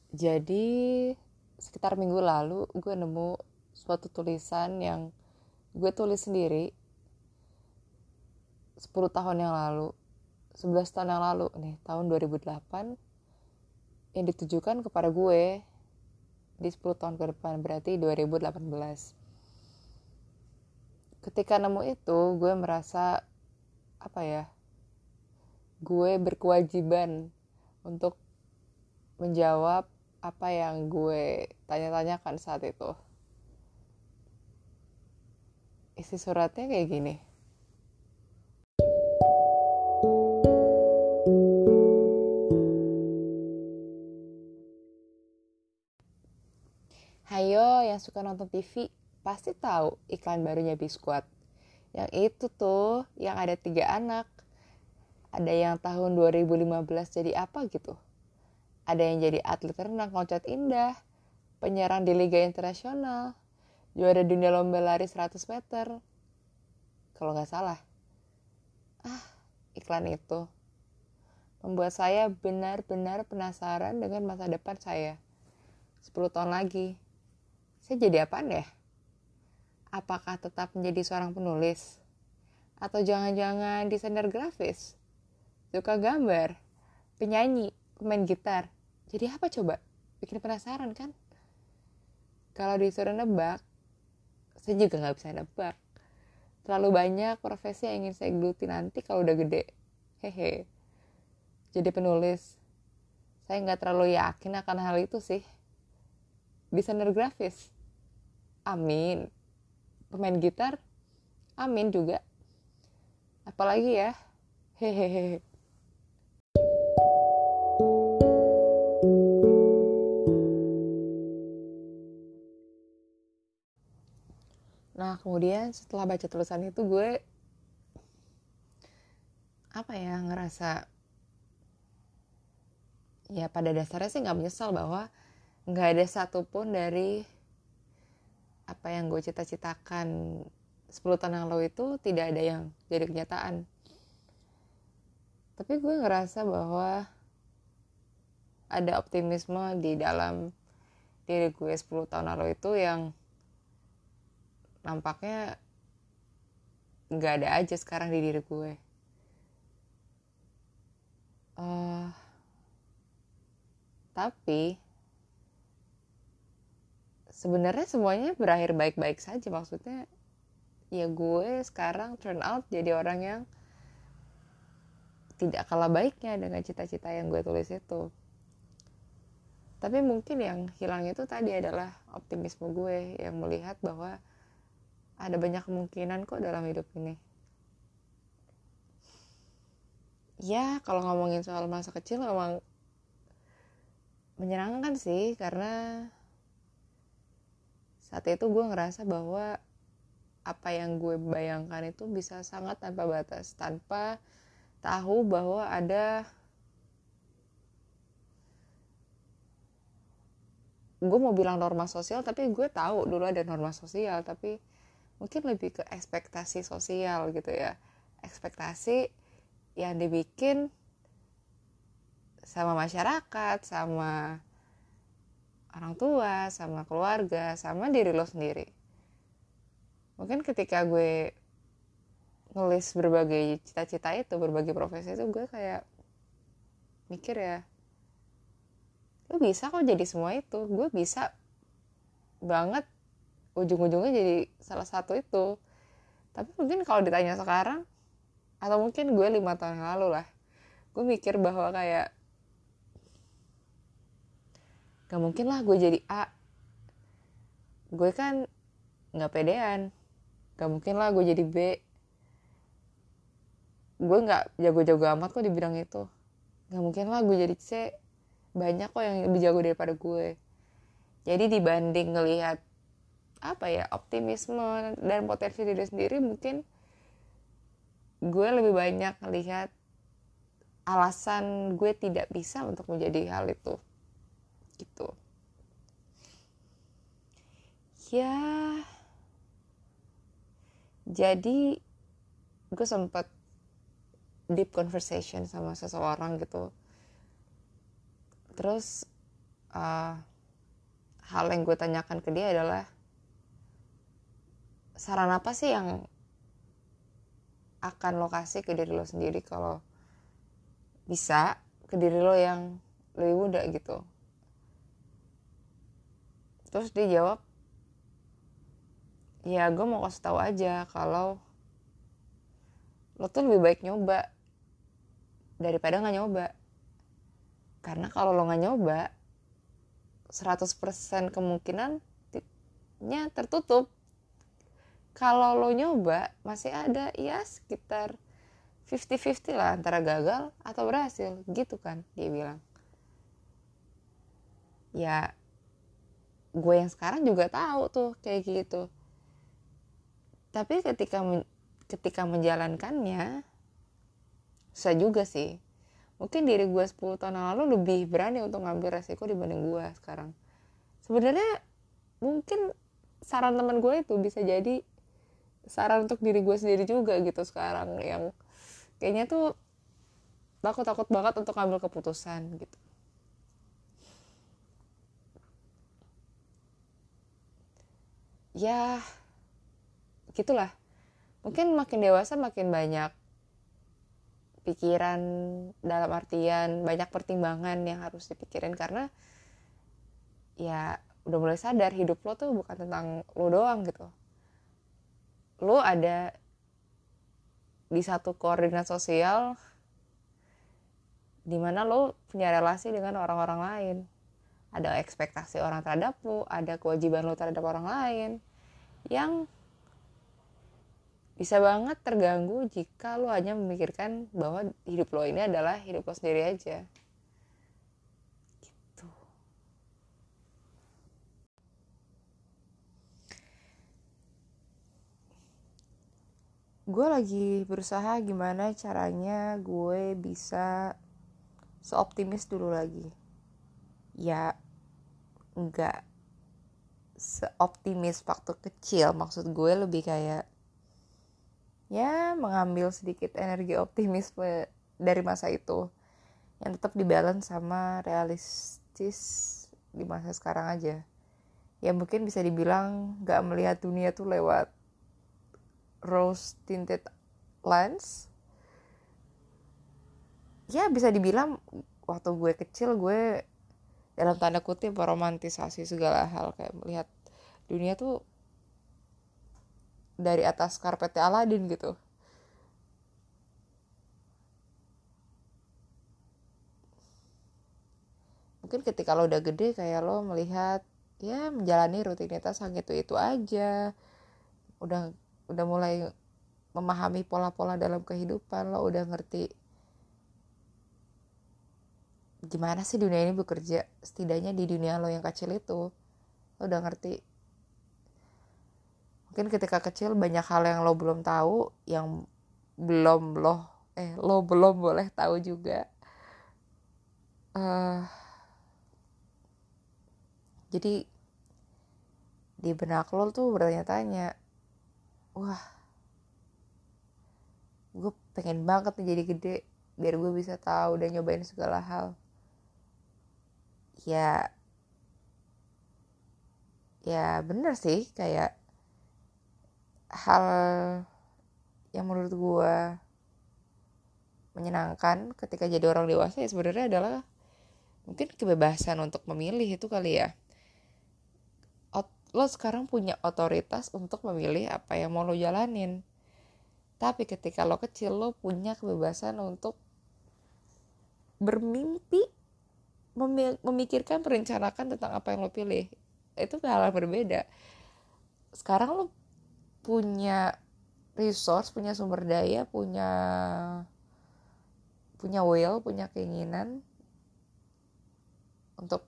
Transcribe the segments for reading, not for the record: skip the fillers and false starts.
Jadi sekitar minggu lalu gue nemu suatu tulisan yang gue tulis sendiri 10 tahun yang lalu, 11 tahun yang lalu nih, tahun 2008, yang ditujukan kepada gue di 10 tahun ke depan, berarti 2018. Ketika nemu itu gue merasa apa ya, gue berkewajiban untuk menjawab apa yang gue tanya-tanyakan saat itu. Isi suratnya kayak gini. Hayo yang suka nonton TV pasti tahu iklan barunya Biskuat. Yang itu tuh yang ada 3 anak. Ada yang tahun 2015 jadi apa gitu. Ada yang jadi atlet renang loncat indah, penyerang di Liga Internasional, juara dunia lomba lari 100 meter. Kalau nggak salah. Iklan itu membuat saya benar-benar penasaran dengan masa depan saya. 10 tahun lagi. Saya jadi apaan ya? Apakah tetap menjadi seorang penulis? Atau jangan-jangan desainer grafis? Suka gambar? Penyanyi? Pemain gitar? Jadi apa coba? Bikin penasaran kan? Kalau disuruh nebak, saya juga gak bisa nebak. Terlalu banyak profesi yang ingin saya geluti nanti kalau udah gede. Hehe. Jadi penulis, saya gak terlalu yakin akan hal itu sih. Desainer grafis? Amin. Pemain gitar? Amin juga. Apalagi ya? Hehehe. Nah, kemudian setelah baca tulisan itu gue ngerasa ya pada dasarnya sih nggak menyesal bahwa nggak ada satupun dari apa yang gue cita-citakan 10 tahun yang lalu itu tidak ada yang jadi kenyataan. Tapi gue ngerasa bahwa ada optimisme di dalam diri gue 10 tahun lalu itu yang nampaknya nggak ada aja sekarang di diri gue. Tapi sebenarnya semuanya berakhir baik-baik saja. Maksudnya ya gue sekarang turn out jadi orang yang tidak kalah baiknya dengan cita-cita yang gue tulis itu. Tapi mungkin yang hilang itu tadi adalah optimisme gue yang melihat bahwa ada banyak kemungkinan kok dalam hidup ini. Ya kalau ngomongin soal masa kecil memang menyenangkan sih, karena saat itu gue ngerasa bahwa apa yang gue bayangkan itu bisa sangat tanpa batas, tanpa tahu bahwa ada, gue mau bilang norma sosial tapi gue tahu dulu ada norma sosial, tapi mungkin lebih ke ekspektasi sosial gitu ya, ekspektasi yang dibikin sama masyarakat, sama orang tua, sama keluarga, sama diri lo sendiri. Mungkin ketika gue nulis berbagai cita-cita itu, berbagai profesi itu, gue kayak mikir ya, lo bisa kok jadi semua itu. Gue bisa banget ujung-ujungnya jadi salah satu itu. Tapi mungkin kalau ditanya sekarang, atau mungkin gue 5 tahun yang lalu lah, gue mikir bahwa kayak gak mungkin lah gue jadi A. Gue kan gak pedean. Gak mungkin lah gue jadi B. Gue gak jago-jago amat kok di bidang itu. Gak mungkin lah gue jadi C. Banyak kok yang lebih jago daripada gue. Jadi dibanding ngelihat optimisme dan potensi diri sendiri, mungkin gue lebih banyak ngelihat alasan gue tidak bisa untuk menjadi hal itu gitu ya. Jadi gue sempet deep conversation sama seseorang gitu, terus uh, hal yang gue tanyakan ke dia adalah, saran apa sih yang akan lo kasih ke diri lo sendiri kalau bisa ke diri lo yang lebih muda gitu. Terus dia jawab, ya gue mau kasih tahu aja kalau lo tuh lebih baik nyoba daripada gak nyoba. Karena kalau lo gak nyoba, 100% kemungkinan nya tertutup. Kalau lo nyoba, masih ada ya sekitar 50-50 lah antara gagal atau berhasil gitu kan, dia bilang. Ya gue yang sekarang juga tahu tuh kayak gitu. Tapi ketika menjalankannya, susah juga sih. Mungkin diri gue 10 tahun yang lalu lebih berani untuk ngambil resiko dibanding gue sekarang. Sebenarnya mungkin saran teman gue itu bisa jadi saran untuk diri gue sendiri juga gitu sekarang, yang kayaknya tuh takut banget untuk ngambil keputusan gitu. Ya gitulah, mungkin makin dewasa makin banyak pikiran, dalam artian banyak pertimbangan yang harus dipikirin, karena ya udah mulai sadar hidup lo tuh bukan tentang lo doang gitu. Lo ada di satu koordinat sosial dimana lo punya relasi dengan orang-orang lain. Ada ekspektasi orang terhadap lo, ada kewajiban lo terhadap orang lain yang bisa banget terganggu jika lo hanya memikirkan bahwa hidup lo ini adalah hidup lo sendiri aja. Gitu. Gue lagi berusaha gimana caranya gue bisa seoptimis dulu lagi. Ya enggak seoptimis waktu kecil, maksud gue lebih kayak ya mengambil sedikit energi optimisme dari masa itu yang tetap dibalance sama realistis di masa sekarang aja. Ya mungkin bisa dibilang gak melihat dunia tuh lewat rose tinted lens. Ya bisa dibilang waktu gue kecil gue dalam tanda kutip meromantisasi segala hal, kayak melihat dunia tuh dari atas karpetnya Aladin gitu. Mungkin ketika lo udah gede kayak lo melihat ya menjalani rutinitas yang itu aja, udah mulai memahami pola-pola dalam kehidupan, lo udah ngerti gimana sih dunia ini bekerja. Setidaknya di dunia lo yang kecil itu lo udah ngerti. Mungkin ketika kecil banyak hal yang lo belum tahu, yang lo belum boleh tahu juga. Jadi di benak lo tuh bertanya-tanya, wah gue pengen banget nih jadi gede biar gue bisa tahu dan nyobain segala hal. Ya bener sih, kayak hal yang menurut gue menyenangkan ketika jadi orang dewasa ya sebenarnya adalah mungkin kebebasan untuk memilih itu kali ya. Lo sekarang punya otoritas untuk memilih apa yang mau lo jalanin. Tapi ketika lo kecil, lo punya kebebasan untuk bermimpi, memikirkan, merencanakan tentang apa yang lo pilih. Itu hal yang berbeda. Sekarang lo punya resource, punya sumber daya, punya will, punya keinginan untuk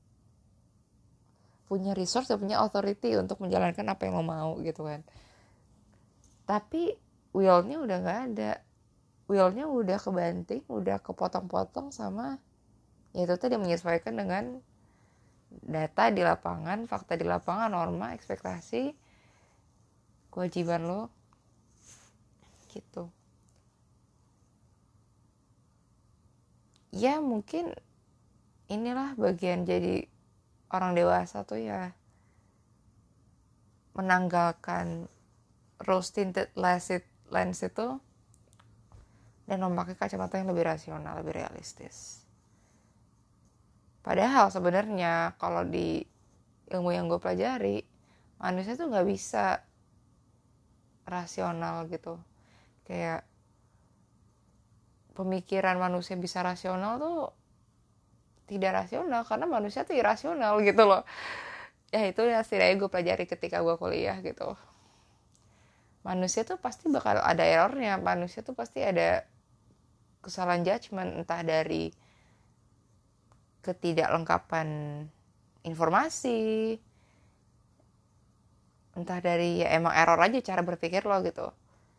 punya resource dan punya authority untuk menjalankan apa yang lo mau gitu kan. Tapi willnya udah gak ada. Willnya udah kebanting, udah kepotong-potong sama ya itu tadi menyesuaikan dengan data di lapangan, fakta di lapangan, norma, ekspektasi, kewajiban lo gitu. Ya mungkin inilah bagian jadi orang dewasa tuh ya, menanggalkan rose tinted lens itu dan memakai kacamata yang lebih rasional, lebih realistis. Padahal sebenarnya kalau di ilmu yang gue pelajari, manusia tuh nggak bisa rasional gitu. Kayak pemikiran manusia bisa rasional tuh tidak rasional, karena manusia tuh irasional gitu loh. Ya itu ya setidaknya gue pelajari ketika gue kuliah gitu. Manusia tuh pasti bakal ada errornya, manusia tuh pasti ada kesalahan judgement, entah dari ketidaklengkapan informasi, entah dari ya emang error aja cara berpikir lo gitu.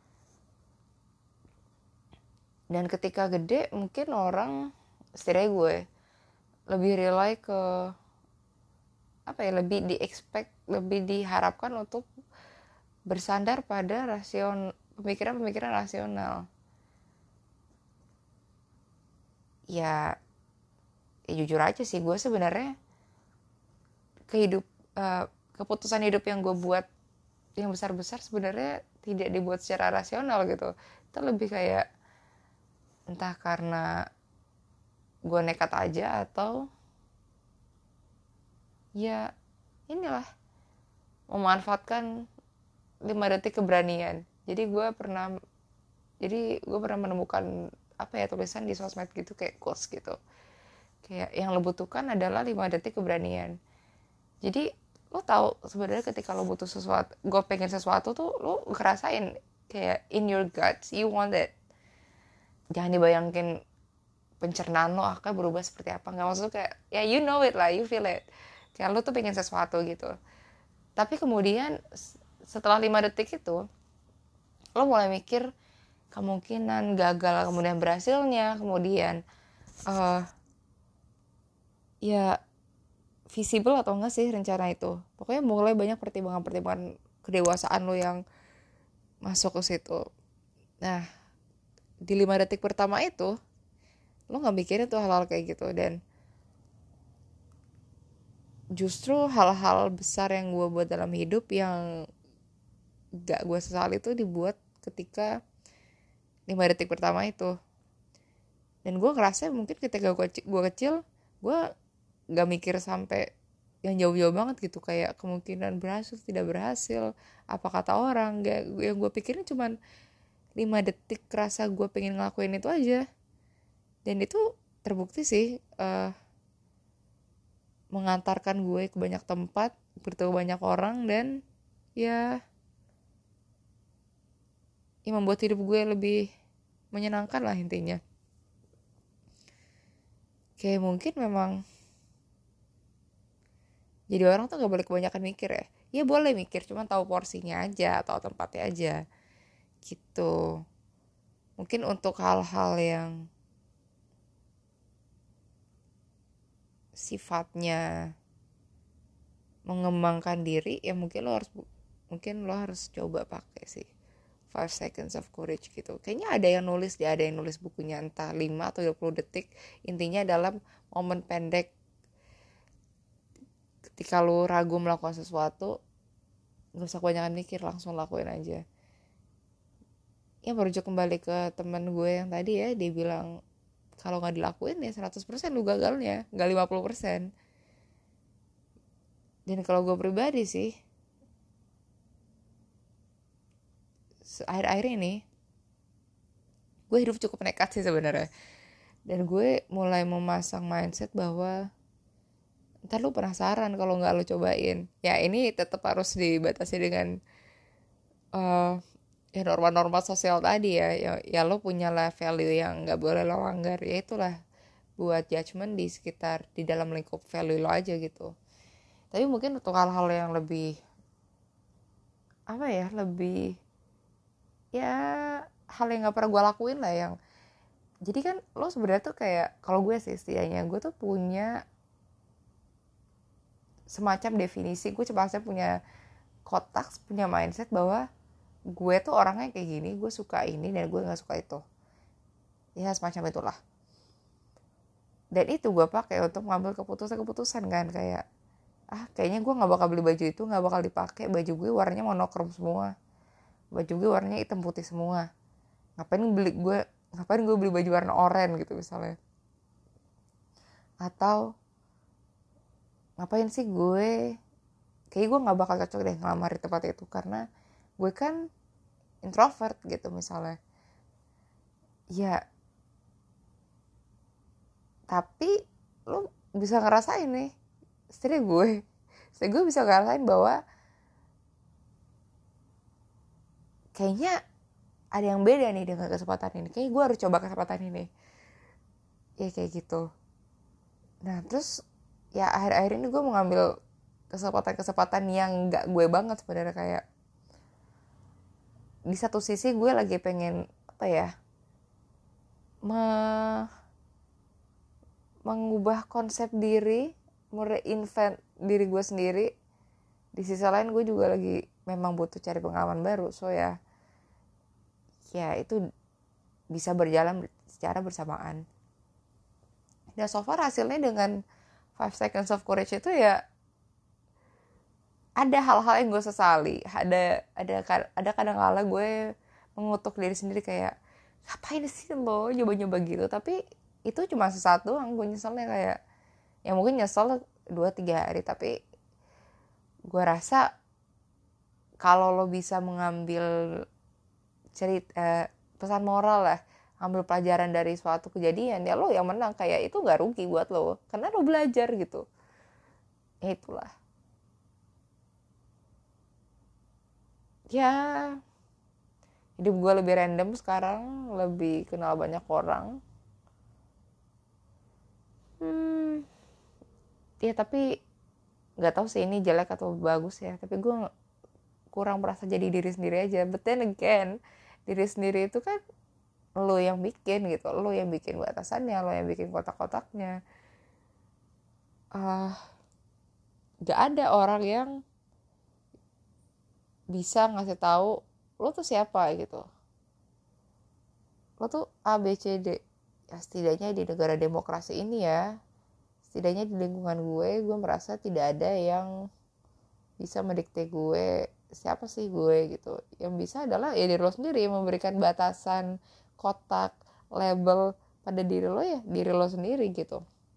Dan ketika gede mungkin orang, setidaknya gue lebih rely ke apa ya, lebih diharapkan untuk bersandar pada pemikiran rasional. Ya jujur aja sih, gue sebenarnya keputusan hidup yang gue buat yang besar-besar sebenarnya tidak dibuat secara rasional gitu. Itu lebih kayak entah karena gue nekat aja atau ya inilah memanfaatkan 5 detik keberanian. Jadi gue pernah menemukan apa ya, tulisan di sosmed gitu, kayak quotes gitu, kayak yang lo butuhkan adalah 5 detik keberanian. Jadi lo tahu sebenarnya ketika lo butuh sesuatu, gue pengen sesuatu tuh lo ngerasain kayak in your guts, you want it. Jangan dibayangin pencernaan lo akan berubah seperti apa, nggak, maksudnya kayak ya you know it lah, you feel it, kayak lo tuh pengen sesuatu gitu. Tapi kemudian setelah 5 detik itu lo mulai mikir kemungkinan gagal, kemudian berhasilnya, kemudian ya visible atau enggak sih rencana itu. Pokoknya mulai banyak pertimbangan-pertimbangan kedewasaan lo yang masuk ke situ. Nah, di 5 detik pertama itu lo gak mikirin tuh hal-hal kayak gitu. Dan justru hal-hal besar yang gue buat dalam hidup yang gak gue sesali itu dibuat ketika 5 detik pertama itu. Dan gue ngerasa mungkin ketika gue kecil, gue gak mikir sampai yang jauh-jauh banget gitu, kayak kemungkinan berhasil tidak berhasil, apa kata orang. Gak, yang gue pikirin cuman 5 detik rasa gue pengen ngelakuin itu aja. Dan itu terbukti sih, mengantarkan gue ke banyak tempat, bertemu banyak orang, dan ya membuat hidup gue lebih menyenangkan lah intinya. Kayak mungkin memang jadi orang tuh gak boleh kebanyakan mikir ya. Ya boleh mikir, cuman tahu porsinya aja, tahu tempatnya aja gitu. Mungkin untuk hal-hal yang sifatnya mengembangkan diri, ya mungkin lo harus coba pakai sih 5 seconds of courage gitu. Kayaknya ada yang nulis bukunya, entah 5 atau 20 detik. Intinya dalam momen pendek ketika lo ragu melakukan sesuatu, gak usah kebanyakan mikir, langsung lakuin aja. Ya merujuk kembali ke teman gue yang tadi ya, dia bilang kalau gak dilakuin ya 100% lu gagalnya, gak 50%. Dan kalau gue pribadi sih, akhir-akhir ini gue hidup cukup nekat sih sebenarnya. Dan gue mulai memasang mindset bahwa ntar lu penasaran kalau gak lu cobain. Ya ini tetap harus dibatasi dengan ya norma-norma sosial tadi ya lo punya lah value yang gak boleh lo langgar. Ya itulah, buat judgement di sekitar, di dalam lingkup value lo aja gitu. Tapi mungkin untuk hal-hal yang lebih lebih ya hal yang gak pernah gue lakuin lah, yang jadi kan lo sebenarnya tuh kayak, kalau gue sih setidaknya gue tuh punya semacam definisi, gue coba punya kotak, punya mindset bahwa gue tuh orangnya kayak gini, gue suka ini dan gue gak suka itu, ya semacam itulah. Dan itu gue pakai untuk mengambil keputusan kan, kayak kayaknya gue nggak bakal beli baju itu, nggak bakal dipakai. Baju gue warnanya monokrom semua, baju gue warnanya hitam putih semua. Ngapain gue beli baju warna oranye gitu misalnya. Atau ngapain sih kayak gue nggak bakal cocok deh ngelamar di tempat itu karena gue kan introvert gitu misalnya. Ya tapi lo bisa ngerasain nih, gue bisa ngerasain bahwa kayaknya ada yang beda nih dengan kesempatan ini. Kayaknya gue harus coba kesempatan ini. Ya kayak gitu. Nah terus ya akhir-akhir ini gue mengambil kesempatan yang gak gue banget sebenarnya. Kayak di satu sisi gue lagi pengen mengubah konsep diri, mereinvent diri gue sendiri. Di sisi lain gue juga lagi memang butuh cari pengalaman baru. So ya itu bisa berjalan secara bersamaan. Dan so far hasilnya dengan 5 Seconds of Courage itu ya ada hal-hal yang gue sesali. Ada kadang-kala gue mengutuk diri sendiri kayak ngapain sih lo nyoba-nyoba gitu. Tapi itu cuma sesaat doang gue nyeselnya, kayak ya mungkin nyesel 2-3 hari. Tapi gue rasa kalau lo bisa mengambil pesan moral lah, ambil pelajaran dari suatu kejadian, ya lo yang menang. Kayak itu gak rugi buat lo karena lo belajar gitu. Ya itulah. Ya hidup gue lebih random sekarang, lebih kenal banyak orang. Ya tapi gak tahu sih ini jelek atau bagus ya, tapi gue kurang merasa jadi diri sendiri aja. But then again, diri sendiri itu kan lo yang bikin gitu, lo yang bikin batasannya, lo yang bikin kotak-kotaknya. Gak ada orang yang bisa ngasih tahu lo tuh siapa gitu. Lo tuh A, B, C, D. Ya setidaknya di negara demokrasi ini ya, setidaknya di lingkungan gue merasa tidak ada yang bisa mendikte gue siapa sih gue gitu. Yang bisa adalah ya diri lo sendiri yang memberikan batasan, kotak, label pada diri lo, ya diri lo sendiri gitu.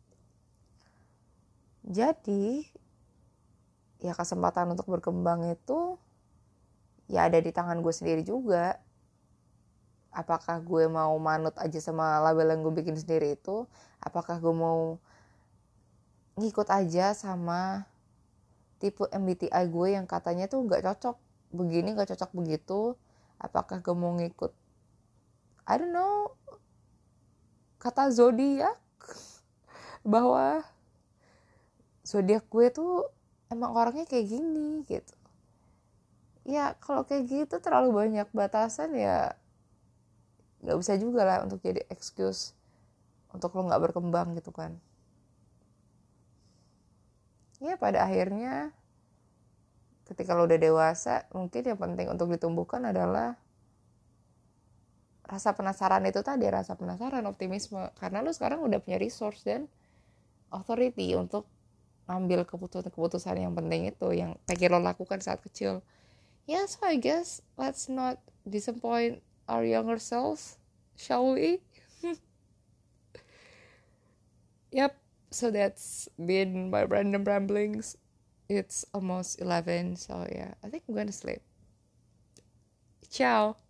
Jadi ya kesempatan untuk berkembang itu ya ada di tangan gue sendiri juga. Apakah gue mau manut aja sama label yang gue bikin sendiri itu, apakah gue mau ngikut aja sama tipe MBTI gue yang katanya tuh gak cocok begini, gak cocok begitu. Apakah gue mau ngikut I don't know kata zodiak, bahwa zodiak gue tuh emang orangnya kayak gini gitu. Ya kalau kayak gitu terlalu banyak batasan, ya gak bisa juga lah untuk jadi excuse untuk lo gak berkembang gitu kan. Ya pada akhirnya ketika lo udah dewasa, mungkin yang penting untuk ditumbuhkan adalah rasa penasaran itu tadi, rasa penasaran, optimisme. Karena lo sekarang udah punya resource dan authority untuk ngambil keputusan yang penting itu, yang pengen lo lakukan saat kecil. Yeah, so I guess let's not disappoint our younger selves, shall we? Yep, so that's been my random ramblings. It's almost 11, so yeah, I think I'm gonna sleep. Ciao.